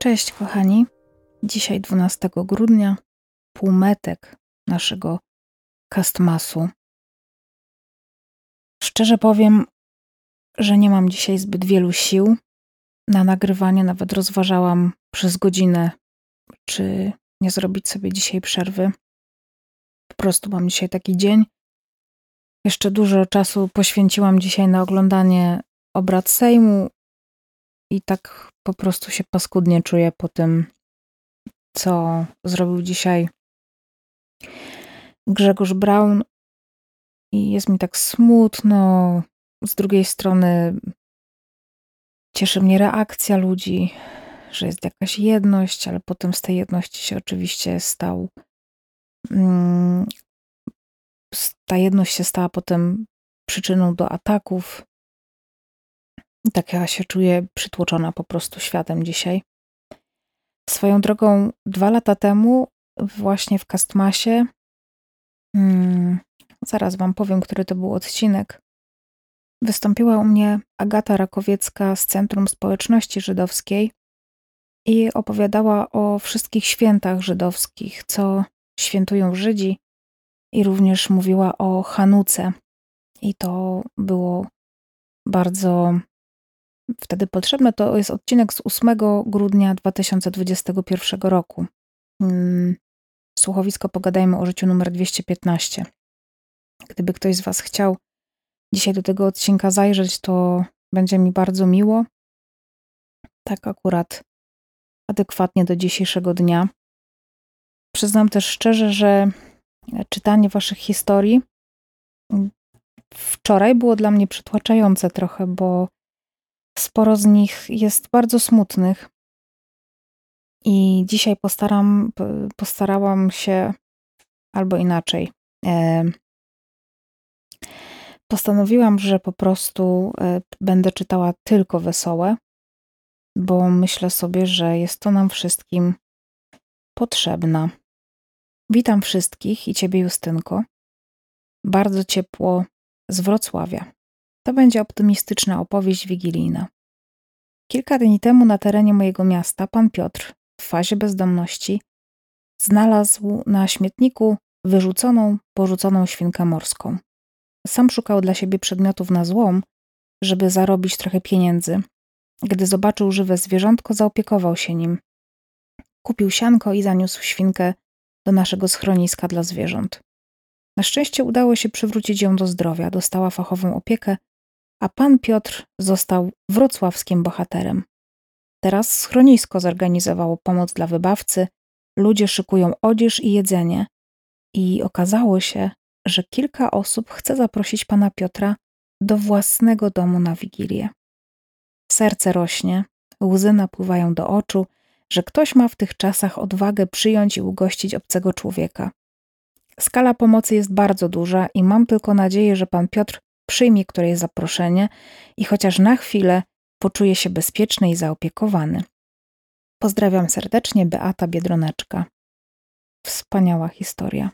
Cześć kochani, dzisiaj 12 grudnia, półmetek naszego Castmasu. Szczerze powiem, że nie mam dzisiaj zbyt wielu sił na nagrywanie, nawet rozważałam przez godzinę, czy nie zrobić sobie dzisiaj przerwy. Po prostu mam dzisiaj taki dzień. Jeszcze dużo czasu poświęciłam dzisiaj na oglądanie obrad Sejmu i tak po prostu się paskudnie czuję po tym, co zrobił dzisiaj Grzegorz Braun i jest mi tak smutno. Z drugiej strony cieszy mnie reakcja ludzi, że jest jakaś jedność, ale potem z tej jedności się oczywiście ta jedność się stała potem przyczyną do ataków. I tak ja się czuję przytłoczona po prostu światem dzisiaj. Swoją drogą 2 lata temu właśnie w Castmasie, zaraz wam powiem, który to był odcinek, wystąpiła u mnie Agata Rakowiecka z Centrum Społeczności Żydowskiej i opowiadała o wszystkich świętach żydowskich, co świętują Żydzi, i również mówiła o Chanuce. I to było bardzo wtedy potrzebne. To jest odcinek z 8 grudnia 2021 roku. Słuchowisko Pogadajmy o życiu numer 215. Gdyby ktoś z was chciał dzisiaj do tego odcinka zajrzeć, to będzie mi bardzo miło. Tak akurat adekwatnie do dzisiejszego dnia. Przyznam też szczerze, że czytanie waszych historii wczoraj było dla mnie przytłaczające trochę, bo sporo z nich jest bardzo smutnych. I dzisiaj postarałam się, albo inaczej. Postanowiłam, że po prostu będę czytała tylko wesołe, bo myślę sobie, że jest to nam wszystkim potrzebna. Witam wszystkich i ciebie, Justynko. Bardzo ciepło z Wrocławia. To będzie optymistyczna opowieść wigilijna. Kilka dni temu na terenie mojego miasta pan Piotr w fazie bezdomności znalazł na śmietniku porzuconą świnkę morską. Sam szukał dla siebie przedmiotów na złom, żeby zarobić trochę pieniędzy. Gdy zobaczył żywe zwierzątko, zaopiekował się nim. Kupił sianko i zaniósł świnkę do naszego schroniska dla zwierząt. Na szczęście udało się przywrócić ją do zdrowia, dostała fachową opiekę, a pan Piotr został wrocławskim bohaterem. Teraz schronisko zorganizowało pomoc dla wybawcy, ludzie szykują odzież i jedzenie i okazało się, że kilka osób chce zaprosić pana Piotra do własnego domu na Wigilię. Serce rośnie, łzy napływają do oczu, że ktoś ma w tych czasach odwagę przyjąć i ugościć obcego człowieka. Skala pomocy jest bardzo duża i mam tylko nadzieję, że pan Piotr przyjmie któreś zaproszenie i chociaż na chwilę poczuje się bezpieczny i zaopiekowany. Pozdrawiam serdecznie, Beata Biedroneczka. Wspaniała historia.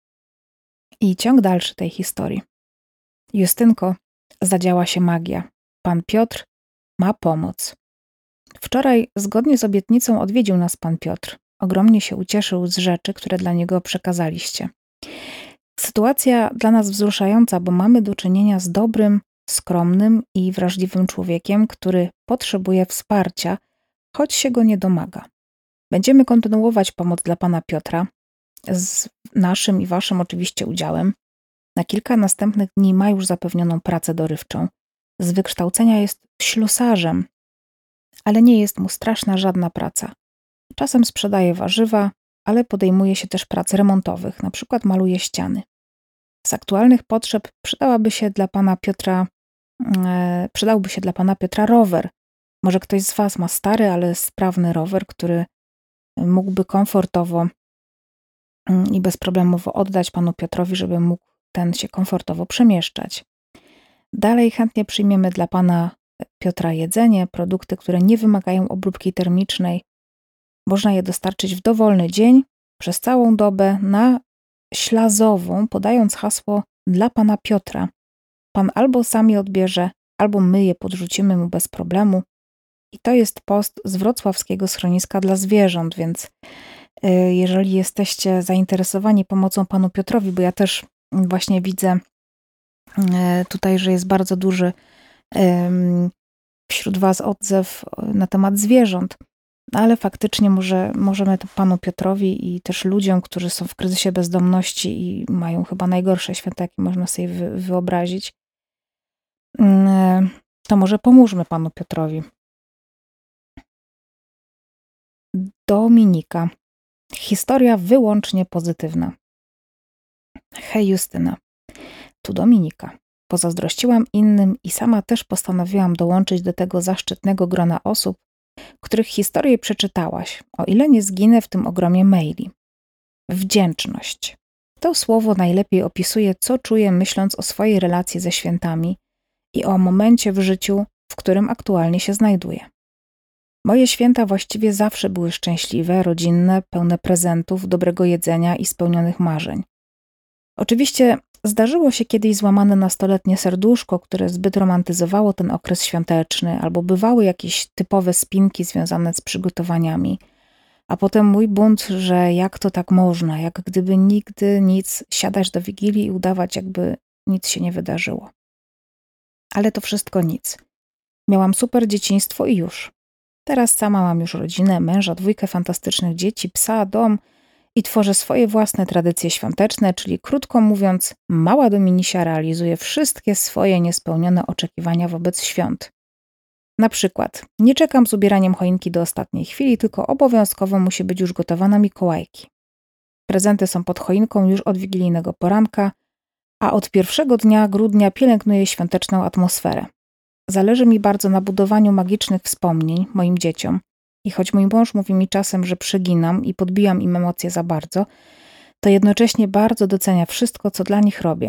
I ciąg dalszy tej historii. Justynko, zadziała się magia. Pan Piotr ma pomoc. Wczoraj, zgodnie z obietnicą, odwiedził nas pan Piotr. Ogromnie się ucieszył z rzeczy, które dla niego przekazaliście. Sytuacja dla nas wzruszająca, bo mamy do czynienia z dobrym, skromnym i wrażliwym człowiekiem, który potrzebuje wsparcia, choć się go nie domaga. Będziemy kontynuować pomoc dla pana Piotra, z naszym i waszym oczywiście udziałem. Na kilka następnych dni ma już zapewnioną pracę dorywczą. Z wykształcenia jest ślusarzem, ale nie jest mu straszna żadna praca. Czasem sprzedaje warzywa, ale podejmuje się też prac remontowych, na przykład maluje ściany. Z aktualnych potrzeb przydałby się dla pana Piotra rower. Może ktoś z was ma stary, ale sprawny rower, który mógłby komfortowo i bezproblemowo oddać panu Piotrowi, żeby mógł ten się komfortowo przemieszczać. Dalej chętnie przyjmiemy dla pana Piotra jedzenie, produkty, które nie wymagają obróbki termicznej. Można je dostarczyć w dowolny dzień, przez całą dobę, na Ślazową, podając hasło dla pana Piotra. Pan albo sam je odbierze, albo my je podrzucimy mu bez problemu I to jest post z wrocławskiego schroniska dla zwierząt, więc jeżeli jesteście zainteresowani pomocą panu Piotrowi, bo ja też właśnie widzę tutaj, że jest bardzo duży wśród was odzew na temat zwierząt, ale faktycznie możemy to panu Piotrowi i też ludziom, którzy są w kryzysie bezdomności i mają chyba najgorsze święta, jakie można sobie wyobrazić, to może pomóżmy panu Piotrowi. Dominika. Historia wyłącznie pozytywna. Hej Justyna, tu Dominika. Pozazdrościłam innym i sama też postanowiłam dołączyć do tego zaszczytnego grona osób, których historię przeczytałaś, o ile nie zginę w tym ogromie maili. Wdzięczność. To słowo najlepiej opisuje, co czuję, myśląc o swojej relacji ze świętami i o momencie w życiu, w którym aktualnie się znajduję. Moje święta właściwie zawsze były szczęśliwe, rodzinne, pełne prezentów, dobrego jedzenia i spełnionych marzeń. Oczywiście zdarzyło się kiedyś złamane nastoletnie serduszko, które zbyt romantyzowało ten okres świąteczny, albo bywały jakieś typowe spinki związane z przygotowaniami, a potem mój bunt, że jak to tak można, jak gdyby nigdy nic, siadać do Wigilii i udawać, jakby nic się nie wydarzyło. Ale to wszystko nic. Miałam super dzieciństwo i już. Teraz sama mam już rodzinę, męża, 2 fantastycznych dzieci, psa, dom i tworzę swoje własne tradycje świąteczne, czyli krótko mówiąc, mała Dominisia realizuje wszystkie swoje niespełnione oczekiwania wobec świąt. Na przykład, nie czekam z ubieraniem choinki do ostatniej chwili, tylko obowiązkowo musi być już gotowa na Mikołajki. Prezenty są pod choinką już od wigilijnego poranka, a od pierwszego dnia grudnia pielęgnuję świąteczną atmosferę. Zależy mi bardzo na budowaniu magicznych wspomnień moim dzieciom i choć mój mąż mówi mi czasem, że przeginam i podbijam im emocje za bardzo, to jednocześnie bardzo docenia wszystko, co dla nich robię.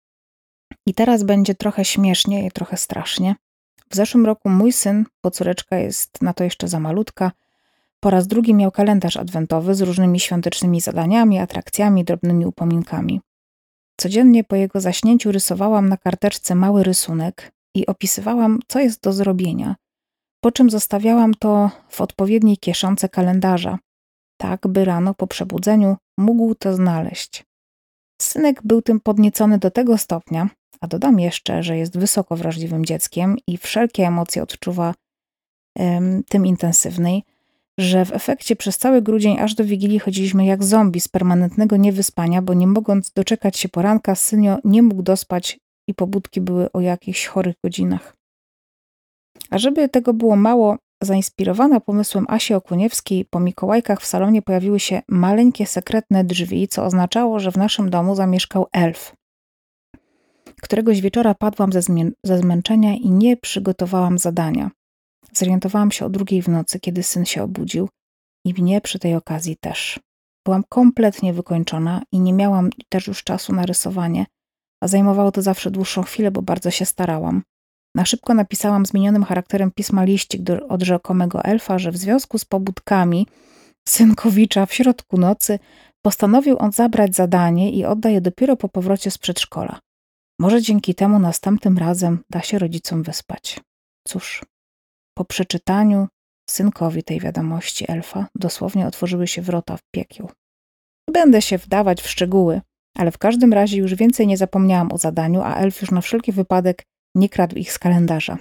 I teraz będzie trochę śmiesznie i trochę strasznie. W zeszłym roku mój syn, bo córeczka jest na to jeszcze za malutka, po raz drugi miał kalendarz adwentowy z różnymi świątecznymi zadaniami, atrakcjami, drobnymi upominkami. Codziennie po jego zaśnięciu rysowałam na karteczce mały rysunek i opisywałam, co jest do zrobienia, po czym zostawiałam to w odpowiedniej kieszonce kalendarza, tak by rano po przebudzeniu mógł to znaleźć. Synek był tym podniecony do tego stopnia, a dodam jeszcze, że jest wysoko wrażliwym dzieckiem i wszelkie emocje odczuwa tym intensywniej, że w efekcie przez cały grudzień aż do Wigilii chodziliśmy jak zombie z permanentnego niewyspania, bo nie mogąc doczekać się poranka, synio nie mógł dospać i pobudki były o jakichś chorych godzinach. A żeby tego było mało, zainspirowana pomysłem Asi Okuniewskiej, po Mikołajkach w salonie pojawiły się maleńkie, sekretne drzwi, co oznaczało, że w naszym domu zamieszkał elf. Któregoś wieczora padłam ze zmęczenia i nie przygotowałam zadania. Zorientowałam się o 2 w nocy, kiedy syn się obudził i mnie przy tej okazji też. Byłam kompletnie wykończona i nie miałam też już czasu na rysowanie, a zajmowało to zawsze dłuższą chwilę, bo bardzo się starałam. Na szybko napisałam zmienionym charakterem pisma liścik od rzekomego elfa, że w związku z pobudkami synkowicza w środku nocy postanowił on zabrać zadanie i odda je dopiero po powrocie z przedszkola. Może dzięki temu następnym razem da się rodzicom wyspać. Cóż, po przeczytaniu synkowi tej wiadomości elfa dosłownie otworzyły się wrota w piekieł. Nie będę się wdawać w szczegóły, ale w każdym razie już więcej nie zapomniałam o zadaniu, a elf już na wszelki wypadek nie kradł ich z kalendarza.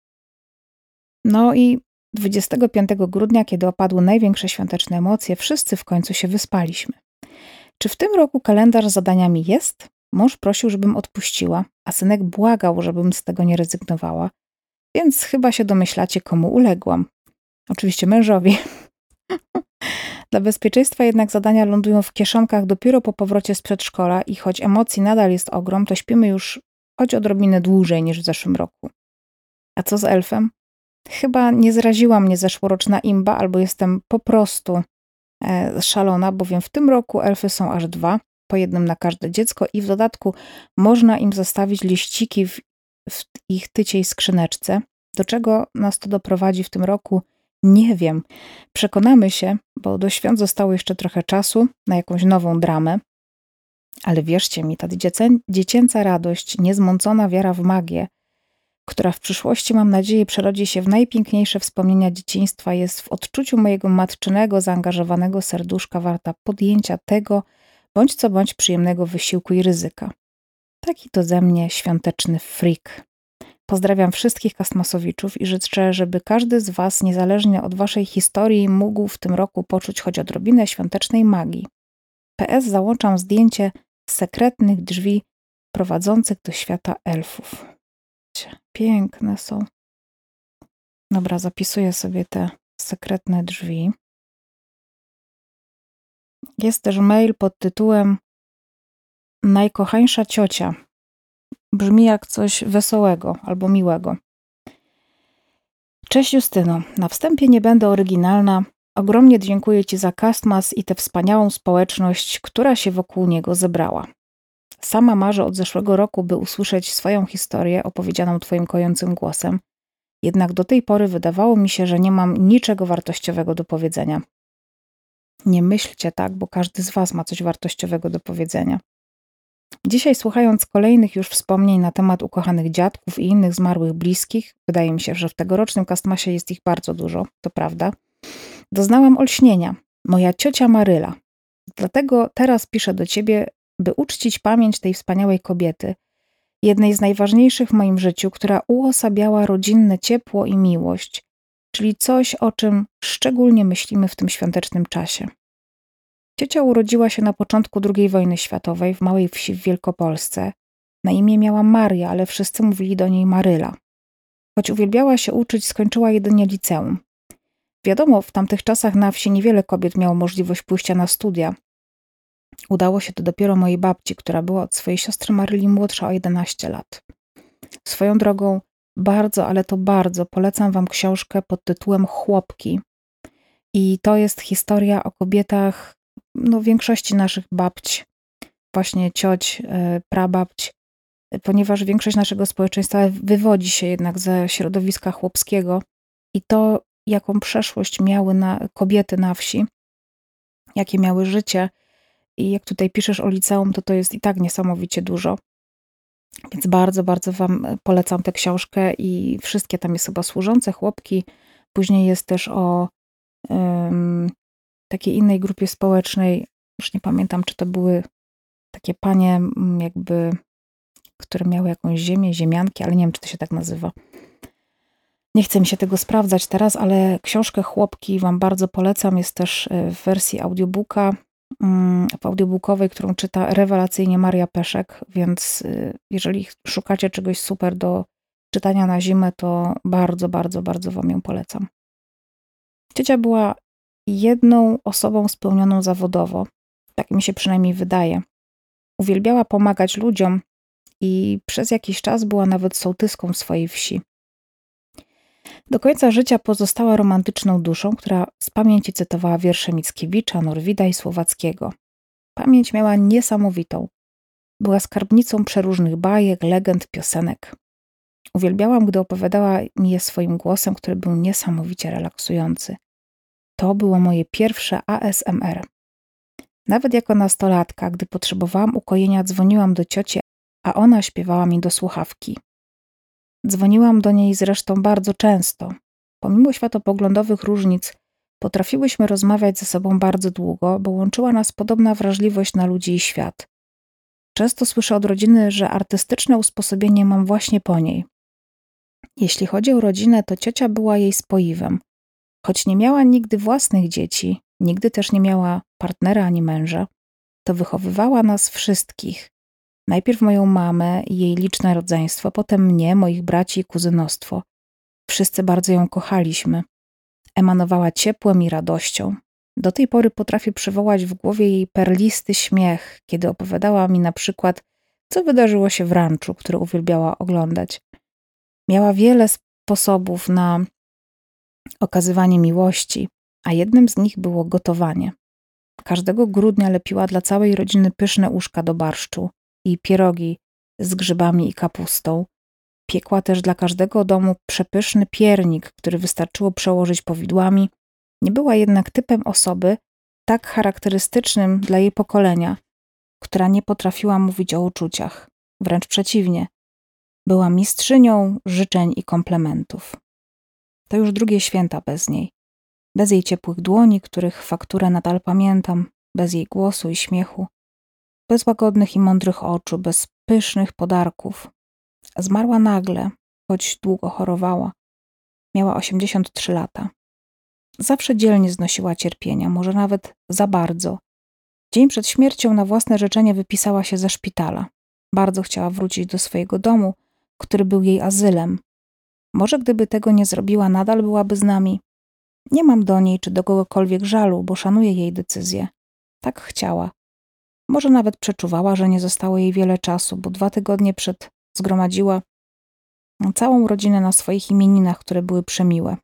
No i 25 grudnia, kiedy opadły największe świąteczne emocje, wszyscy w końcu się wyspaliśmy. Czy w tym roku kalendarz z zadaniami jest? Mąż prosił, żebym odpuściła, a synek błagał, żebym z tego nie rezygnowała, więc chyba się domyślacie, komu uległam. Oczywiście mężowi. Dla bezpieczeństwa jednak zadania lądują w kieszonkach dopiero po powrocie z przedszkola i choć emocji nadal jest ogrom, to śpimy już choć odrobinę dłużej niż w zeszłym roku. A co z elfem? Chyba nie zraziła mnie zeszłoroczna imba, albo jestem po prostu szalona, bowiem w tym roku elfy są aż 2, po jednym na każde dziecko i w dodatku można im zostawić liściki w ich tyciej skrzyneczce. Do czego nas to doprowadzi w tym roku? Nie wiem. Przekonamy się, bo do świąt zostało jeszcze trochę czasu na jakąś nową dramę. Ale wierzcie mi, ta dziecięca radość, niezmącona wiara w magię która w przyszłości, mam nadzieję, przerodzi się w najpiękniejsze wspomnienia dzieciństwa, jest w odczuciu mojego matczynego, zaangażowanego serduszka warta podjęcia tego, bądź co bądź przyjemnego wysiłku i ryzyka. Taki to ze mnie świąteczny freak. Pozdrawiam wszystkich Kastmasowiczów i życzę, żeby każdy z Was, niezależnie od Waszej historii, mógł w tym roku poczuć choć odrobinę świątecznej magii. PS załączam zdjęcie sekretnych drzwi prowadzących do świata elfów. Piękne są. Dobra, zapisuję sobie te sekretne drzwi. Jest też mail pod tytułem Najkochańsza ciocia. Brzmi jak coś wesołego albo miłego. Cześć Justyno, na wstępie nie będę oryginalna. Ogromnie dziękuję Ci za Castmas i tę wspaniałą społeczność, która się wokół niego zebrała. Sama marzę od zeszłego roku, by usłyszeć swoją historię opowiedzianą Twoim kojącym głosem. Jednak do tej pory wydawało mi się, że nie mam niczego wartościowego do powiedzenia. Nie myślcie tak, bo każdy z Was ma coś wartościowego do powiedzenia. Dzisiaj, słuchając kolejnych już wspomnień na temat ukochanych dziadków i innych zmarłych bliskich, wydaje mi się, że w tegorocznym Castmasie jest ich bardzo dużo, to prawda, doznałam olśnienia. Moja ciocia Maryla. Dlatego teraz piszę do Ciebie, by uczcić pamięć tej wspaniałej kobiety, jednej z najważniejszych w moim życiu, która uosabiała rodzinne ciepło i miłość, czyli coś, o czym szczególnie myślimy w tym świątecznym czasie. Ciocia urodziła się na początku II wojny światowej w małej wsi w Wielkopolsce. Na imię miała Maria, ale wszyscy mówili do niej Maryla. Choć uwielbiała się uczyć, skończyła jedynie liceum. Wiadomo, w tamtych czasach na wsi niewiele kobiet miało możliwość pójścia na studia. Udało się to dopiero mojej babci, która była od swojej siostry Maryli młodsza o 11 lat. Swoją drogą bardzo, ale to bardzo polecam Wam książkę pod tytułem Chłopki. I to jest historia o kobietach, większości naszych babć, właśnie cioć, prababć, ponieważ większość naszego społeczeństwa wywodzi się jednak ze środowiska chłopskiego i to, jaką przeszłość miały kobiety na wsi, jakie miały życie i jak tutaj piszesz o liceum, to jest i tak niesamowicie dużo. Więc bardzo, bardzo Wam polecam tę książkę i wszystkie tam jest chyba Służące Chłopki. Później jest też o takiej innej grupie społecznej, już nie pamiętam, czy to były takie panie jakby, które miały jakąś ziemię, ziemianki, ale nie wiem, czy to się tak nazywa. Nie chcę mi się tego sprawdzać teraz, ale książkę Chłopki Wam bardzo polecam. Jest też w wersji audiobooka, w audiobookowej, którą czyta rewelacyjnie Maria Peszek, więc jeżeli szukacie czegoś super do czytania na zimę, to bardzo, bardzo, bardzo Wam ją polecam. Ciocia była jedną osobą spełnioną zawodowo, tak mi się przynajmniej wydaje. Uwielbiała pomagać ludziom i przez jakiś czas była nawet sołtyską swojej wsi. Do końca życia pozostała romantyczną duszą, która z pamięci cytowała wiersze Mickiewicza, Norwida i Słowackiego. Pamięć miała niesamowitą. Była skarbnicą przeróżnych bajek, legend, piosenek. Uwielbiałam, gdy opowiadała mi je swoim głosem, który był niesamowicie relaksujący. To było moje pierwsze ASMR. Nawet jako nastolatka, gdy potrzebowałam ukojenia, dzwoniłam do cioci, a ona śpiewała mi do słuchawki. Dzwoniłam do niej zresztą bardzo często. Pomimo światopoglądowych różnic, potrafiłyśmy rozmawiać ze sobą bardzo długo, bo łączyła nas podobna wrażliwość na ludzi i świat. Często słyszę od rodziny, że artystyczne usposobienie mam właśnie po niej. Jeśli chodzi o rodzinę, to ciocia była jej spoiwem. Choć nie miała nigdy własnych dzieci, nigdy też nie miała partnera ani męża, to wychowywała nas wszystkich. Najpierw moją mamę i jej liczne rodzeństwo, potem mnie, moich braci i kuzynostwo. Wszyscy bardzo ją kochaliśmy. Emanowała ciepłem i radością. Do tej pory potrafię przywołać w głowie jej perlisty śmiech, kiedy opowiadała mi na przykład, co wydarzyło się w ranczu, które uwielbiała oglądać. Miała wiele sposobów na okazywanie miłości, a jednym z nich było gotowanie. Każdego grudnia lepiła dla całej rodziny pyszne uszka do barszczu i pierogi z grzybami i kapustą. Piekła też dla każdego domu przepyszny piernik, który wystarczyło przełożyć powidłami. Nie była jednak typem osoby tak charakterystycznym dla jej pokolenia, która nie potrafiła mówić o uczuciach. Wręcz przeciwnie. Była mistrzynią życzeń i komplementów. To już drugie święta bez niej. Bez jej ciepłych dłoni, których fakturę nadal pamiętam, bez jej głosu i śmiechu, bez łagodnych i mądrych oczu, bez pysznych podarków. Zmarła nagle, choć długo chorowała. Miała 83 lata. Zawsze dzielnie znosiła cierpienia, może nawet za bardzo. Dzień przed śmiercią na własne życzenie wypisała się ze szpitala. Bardzo chciała wrócić do swojego domu, który był jej azylem. Może gdyby tego nie zrobiła, nadal byłaby z nami. Nie mam do niej czy do kogokolwiek żalu, bo szanuję jej decyzję. Tak chciała. Może nawet przeczuwała, że nie zostało jej wiele czasu, bo 2 tygodnie przed zgromadziła całą rodzinę na swoich imieninach, które były przemiłe.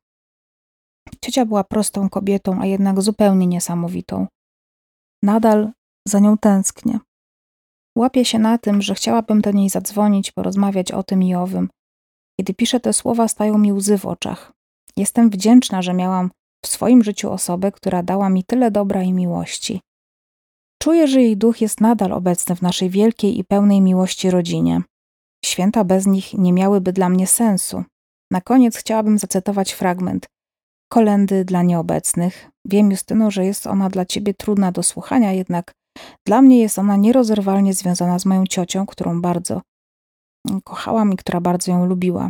Ciocia była prostą kobietą, a jednak zupełnie niesamowitą. Nadal za nią tęsknię. Łapię się na tym, że chciałabym do niej zadzwonić, porozmawiać o tym i owym. Kiedy piszę te słowa, stają mi łzy w oczach. Jestem wdzięczna, że miałam w swoim życiu osobę, która dała mi tyle dobra i miłości. Czuję, że jej duch jest nadal obecny w naszej wielkiej i pełnej miłości rodzinie. Święta bez nich nie miałyby dla mnie sensu. Na koniec chciałabym zacytować fragment kolędy dla nieobecnych. Wiem, Justyno, że jest ona dla ciebie trudna do słuchania, jednak dla mnie jest ona nierozerwalnie związana z moją ciocią, którą bardzo kochałam i która bardzo ją lubiła.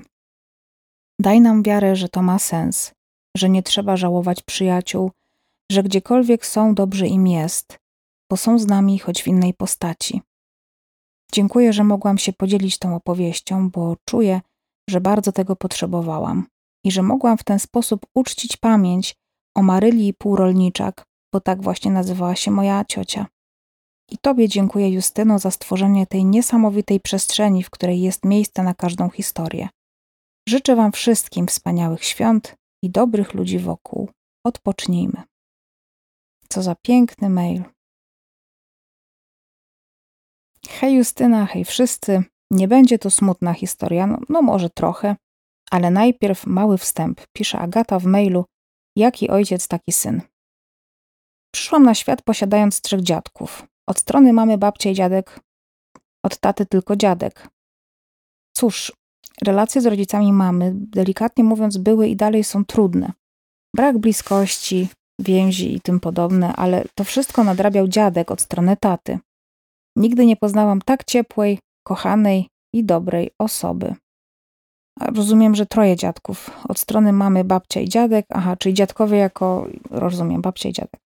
Daj nam wiarę, że to ma sens, że nie trzeba żałować przyjaciół, że gdziekolwiek są, dobrze im jest, bo są z nami, choć w innej postaci. Dziękuję, że mogłam się podzielić tą opowieścią, bo czuję, że bardzo tego potrzebowałam i że mogłam w ten sposób uczcić pamięć o Maryli Półrolniczak, bo tak właśnie nazywała się moja ciocia. I Tobie dziękuję, Justyno, za stworzenie tej niesamowitej przestrzeni, w której jest miejsce na każdą historię. Życzę Wam wszystkim wspaniałych świąt i dobrych ludzi wokół. Odpocznijmy. Co za piękny mail. Hej Justyna, hej wszyscy. Nie będzie to smutna historia, no może trochę, ale najpierw mały wstęp. Pisze Agata w mailu: jaki ojciec, taki syn. Przyszłam na świat posiadając 3 dziadków. Od strony mamy babcia i dziadek, od taty tylko dziadek. Cóż, relacje z rodzicami mamy, delikatnie mówiąc, były i dalej są trudne. Brak bliskości, więzi i tym podobne, ale to wszystko nadrabiał dziadek od strony taty. Nigdy nie poznałam tak ciepłej, kochanej i dobrej osoby. A rozumiem, że 3 dziadków. Od strony mamy babcia i dziadek, czyli dziadkowie jako, rozumiem, babcia i dziadek.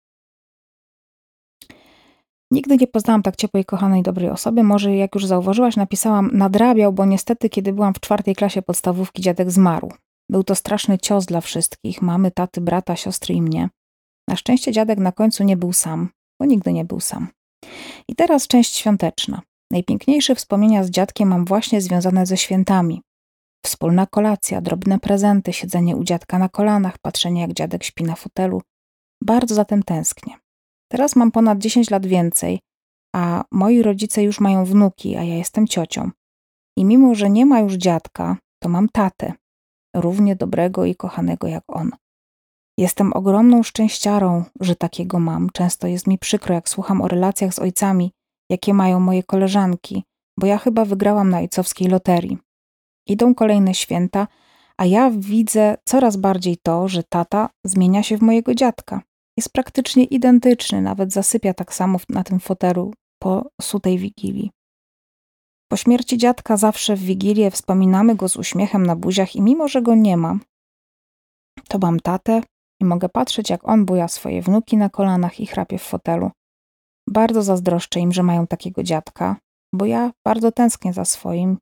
Nigdy nie poznałam tak ciepłej, kochanej, dobrej osoby. Może, jak już zauważyłaś, napisałam nadrabiał, bo niestety, kiedy byłam w 4 klasie podstawówki, dziadek zmarł. Był to straszny cios dla wszystkich, mamy, taty, brata, siostry i mnie. Na szczęście dziadek na końcu nie był sam, bo nigdy nie był sam. I teraz część świąteczna. Najpiękniejsze wspomnienia z dziadkiem mam właśnie związane ze świętami. Wspólna kolacja, drobne prezenty, siedzenie u dziadka na kolanach, patrzenie jak dziadek śpi na fotelu. Bardzo za tym tęsknię. Teraz mam ponad 10 lat więcej, a moi rodzice już mają wnuki, a ja jestem ciocią. I mimo, że nie ma już dziadka, to mam tatę, równie dobrego i kochanego jak on. Jestem ogromną szczęściarą, że takiego mam. Często jest mi przykro, jak słucham o relacjach z ojcami, jakie mają moje koleżanki, bo ja chyba wygrałam na ojcowskiej loterii. Idą kolejne święta, a ja widzę coraz bardziej to, że tata zmienia się w mojego dziadka. Jest praktycznie identyczny, nawet zasypia tak samo na tym fotelu po sutej Wigilii. Po śmierci dziadka zawsze w Wigilię wspominamy go z uśmiechem na buziach i mimo, że go nie ma, to mam tatę i mogę patrzeć, jak on buja swoje wnuki na kolanach i chrapie w fotelu. Bardzo zazdroszczę im, że mają takiego dziadka, bo ja bardzo tęsknię za swoim,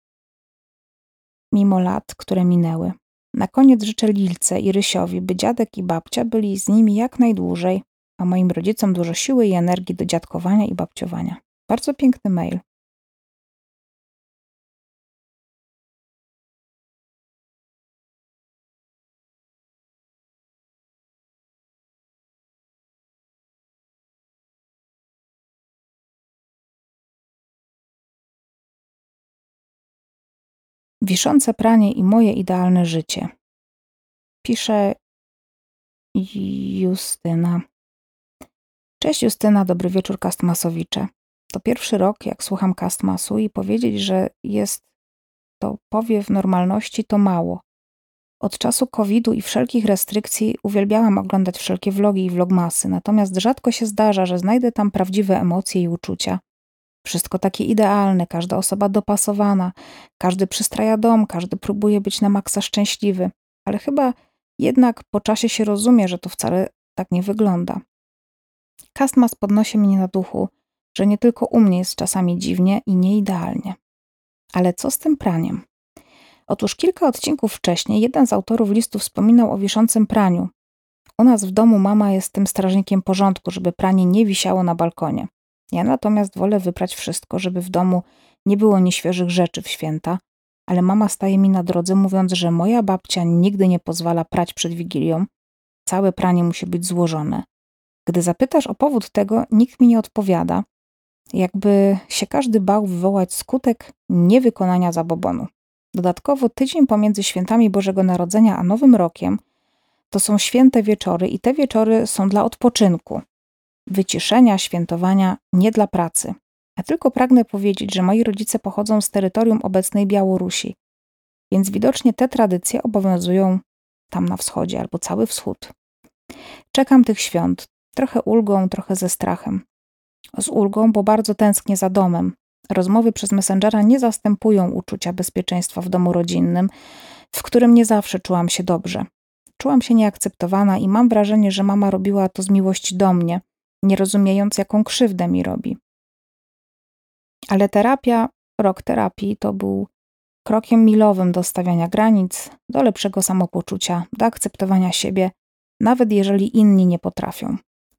mimo lat, które minęły. Na koniec życzę Lilce i Rysiowi, by dziadek i babcia byli z nimi jak najdłużej, a moim rodzicom dużo siły i energii do dziadkowania i babciowania. Bardzo piękny mail. Wiszące pranie i moje idealne życie. Pisze Justyna. Cześć Justyna, dobry wieczór Castmasowicze. To pierwszy rok, jak słucham Castmasu i powiedzieć, że jest to powiew normalności, to mało. Od czasu COVID-u i wszelkich restrykcji uwielbiałam oglądać wszelkie vlogi i vlogmasy, natomiast rzadko się zdarza, że znajdę tam prawdziwe emocje i uczucia. Wszystko takie idealne, każda osoba dopasowana, każdy przystraja dom, każdy próbuje być na maksa szczęśliwy, ale chyba jednak po czasie się rozumie, że to wcale tak nie wygląda. Castmas podnosi mnie na duchu, że nie tylko u mnie jest czasami dziwnie i nieidealnie. Ale co z tym praniem? Otóż kilka odcinków wcześniej jeden z autorów listu wspominał o wiszącym praniu. U nas w domu mama jest tym strażnikiem porządku, żeby pranie nie wisiało na balkonie. Ja natomiast wolę wyprać wszystko, żeby w domu nie było nieświeżych rzeczy w święta, ale mama staje mi na drodze, mówiąc, że moja babcia nigdy nie pozwala prać przed Wigilią. Całe pranie musi być złożone. Gdy zapytasz o powód tego, nikt mi nie odpowiada, jakby się każdy bał wywołać skutek niewykonania zabobonu. Dodatkowo tydzień pomiędzy świętami Bożego Narodzenia a Nowym Rokiem to są święte wieczory i te wieczory są dla odpoczynku, wyciszenia, świętowania, nie dla pracy. Ja tylko pragnę powiedzieć, że moi rodzice pochodzą z terytorium obecnej Białorusi, więc widocznie te tradycje obowiązują tam na wschodzie albo cały wschód. Czekam tych świąt, trochę ulgą, trochę ze strachem. Z ulgą, bo bardzo tęsknię za domem. Rozmowy przez Messengera nie zastępują uczucia bezpieczeństwa w domu rodzinnym, w którym nie zawsze czułam się dobrze. Czułam się nieakceptowana i mam wrażenie, że mama robiła to z miłości do mnie, nie rozumiejąc, jaką krzywdę mi robi. Ale rok terapii to był krokiem milowym do stawiania granic, do lepszego samopoczucia, do akceptowania siebie, nawet jeżeli inni nie potrafią.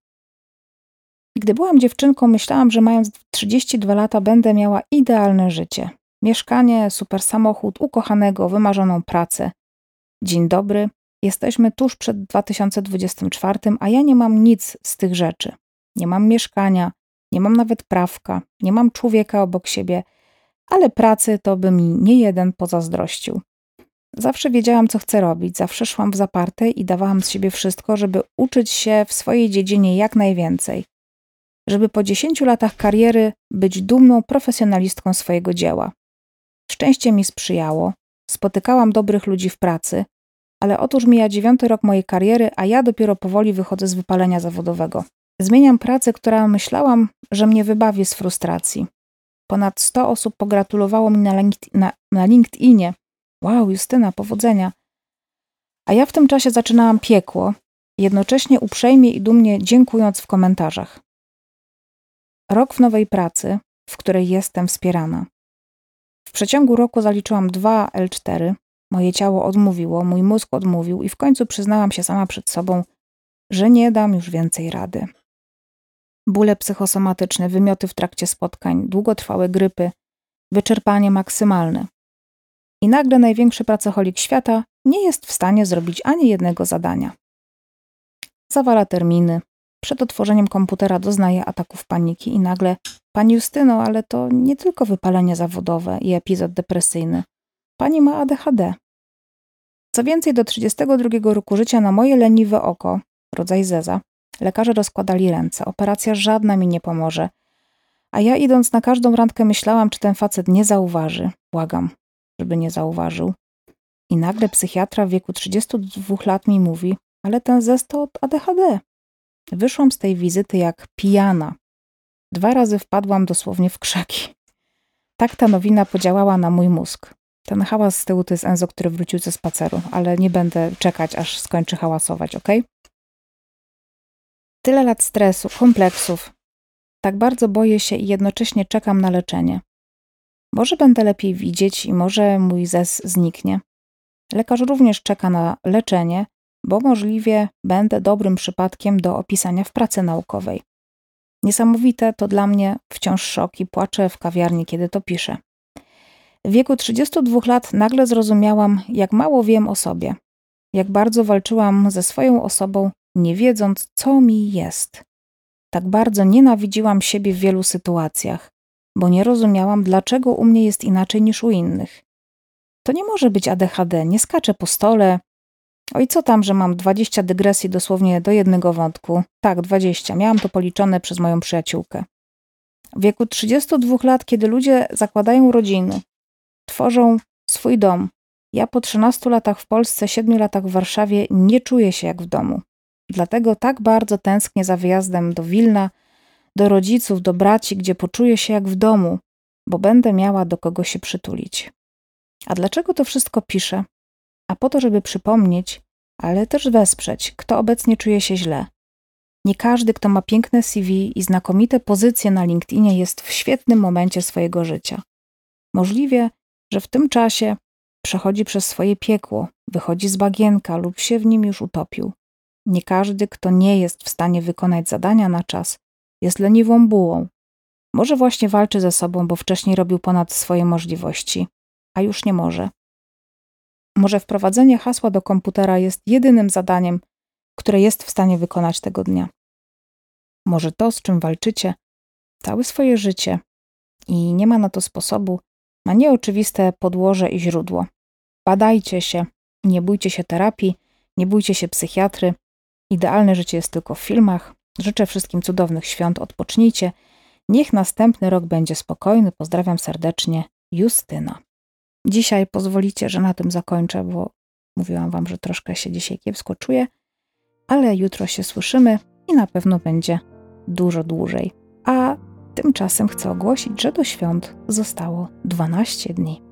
Gdy byłam dziewczynką, myślałam, że mając 32 lata będę miała idealne życie. Mieszkanie, super samochód, ukochanego, wymarzoną pracę. Dzień dobry, jesteśmy tuż przed 2024, a ja nie mam nic z tych rzeczy. Nie mam mieszkania, nie mam nawet prawka, nie mam człowieka obok siebie, ale pracy to by mi nie jeden pozazdrościł. Zawsze wiedziałam, co chcę robić, zawsze szłam w zaparte i dawałam z siebie wszystko, żeby uczyć się w swojej dziedzinie jak najwięcej. Żeby po 10 latach kariery być dumną profesjonalistką swojego dzieła. Szczęście mi sprzyjało, spotykałam dobrych ludzi w pracy, ale otóż mija 9. rok mojej kariery, a ja dopiero powoli wychodzę z wypalenia zawodowego. Zmieniam pracę, która myślałam, że mnie wybawi z frustracji. Ponad 100 osób pogratulowało mi na LinkedInie. Wow, Justyna, powodzenia. A ja w tym czasie zaczynałam piekło, jednocześnie uprzejmie i dumnie dziękując w komentarzach. Rok w nowej pracy, w której jestem wspierana. W przeciągu roku zaliczyłam 2 L4, moje ciało odmówiło, mój mózg odmówił i w końcu przyznałam się sama przed sobą, że nie dam już więcej rady. Bóle psychosomatyczne, wymioty w trakcie spotkań, długotrwałe grypy, wyczerpanie maksymalne. I nagle największy pracoholik świata nie jest w stanie zrobić ani jednego zadania. Zawala terminy. Przed otworzeniem komputera doznaje ataków paniki i nagle: Pani Justyno, ale to nie tylko wypalenie zawodowe i epizod depresyjny. Pani ma ADHD. Co więcej, do 32 roku życia na moje leniwe oko, rodzaj zeza, lekarze rozkładali ręce. Operacja żadna mi nie pomoże. A ja idąc na każdą randkę myślałam, czy ten facet nie zauważy. Błagam, żeby nie zauważył. I nagle psychiatra w wieku 32 lat mi mówi: ale ten zez to od ADHD. Wyszłam z tej wizyty jak pijana. 2 razy wpadłam dosłownie w krzaki. Tak ta nowina podziałała na mój mózg. Ten hałas z tyłu to jest Enzo, który wrócił ze spaceru, ale nie będę czekać, aż skończy hałasować, ok? Tyle lat stresu, kompleksów. Tak bardzo boję się i jednocześnie czekam na leczenie. Może będę lepiej widzieć i może mój zez zniknie. Lekarz również czeka na leczenie, bo możliwie będę dobrym przypadkiem do opisania w pracy naukowej. Niesamowite to dla mnie wciąż szok i płaczę w kawiarni, kiedy to piszę. W wieku 32 lat nagle zrozumiałam, jak mało wiem o sobie. Jak bardzo walczyłam ze swoją osobą, nie wiedząc, co mi jest. Tak bardzo nienawidziłam siebie w wielu sytuacjach, bo nie rozumiałam, dlaczego u mnie jest inaczej niż u innych. To nie może być ADHD, nie skaczę po stole. Oj, co tam, że mam 20 dygresji dosłownie do jednego wątku. Tak, 20. Miałam to policzone przez moją przyjaciółkę. W wieku 32 lat, kiedy ludzie zakładają rodziny, tworzą swój dom. Ja po 13 latach w Polsce, 7 latach w Warszawie nie czuję się jak w domu. Dlatego tak bardzo tęsknię za wyjazdem do Wilna, do rodziców, do braci, gdzie poczuję się jak w domu, bo będę miała do kogo się przytulić. A dlaczego to wszystko piszę? A po to, żeby przypomnieć, ale też wesprzeć, kto obecnie czuje się źle. Nie każdy, kto ma piękne CV i znakomite pozycje na LinkedInie, jest w świetnym momencie swojego życia. Możliwe, że w tym czasie przechodzi przez swoje piekło, wychodzi z bagienka lub się w nim już utopił. Nie każdy, kto nie jest w stanie wykonać zadania na czas, jest leniwą bułą. Może właśnie walczy ze sobą, bo wcześniej robił ponad swoje możliwości, a już nie może. Może wprowadzenie hasła do komputera jest jedynym zadaniem, które jest w stanie wykonać tego dnia. Może to, z czym walczycie całe swoje życie i nie ma na to sposobu, ma nieoczywiste podłoże i źródło. Badajcie się, nie bójcie się terapii, nie bójcie się psychiatry. Idealne życie jest tylko w filmach. Życzę wszystkim cudownych świąt, odpocznijcie. Niech następny rok będzie spokojny. Pozdrawiam serdecznie, Justyna. Dzisiaj pozwolicie, że na tym zakończę, bo mówiłam wam, że troszkę się dzisiaj kiepsko czuję, ale jutro się słyszymy i na pewno będzie dużo dłużej. A tymczasem chcę ogłosić, że do świąt zostało 12 dni.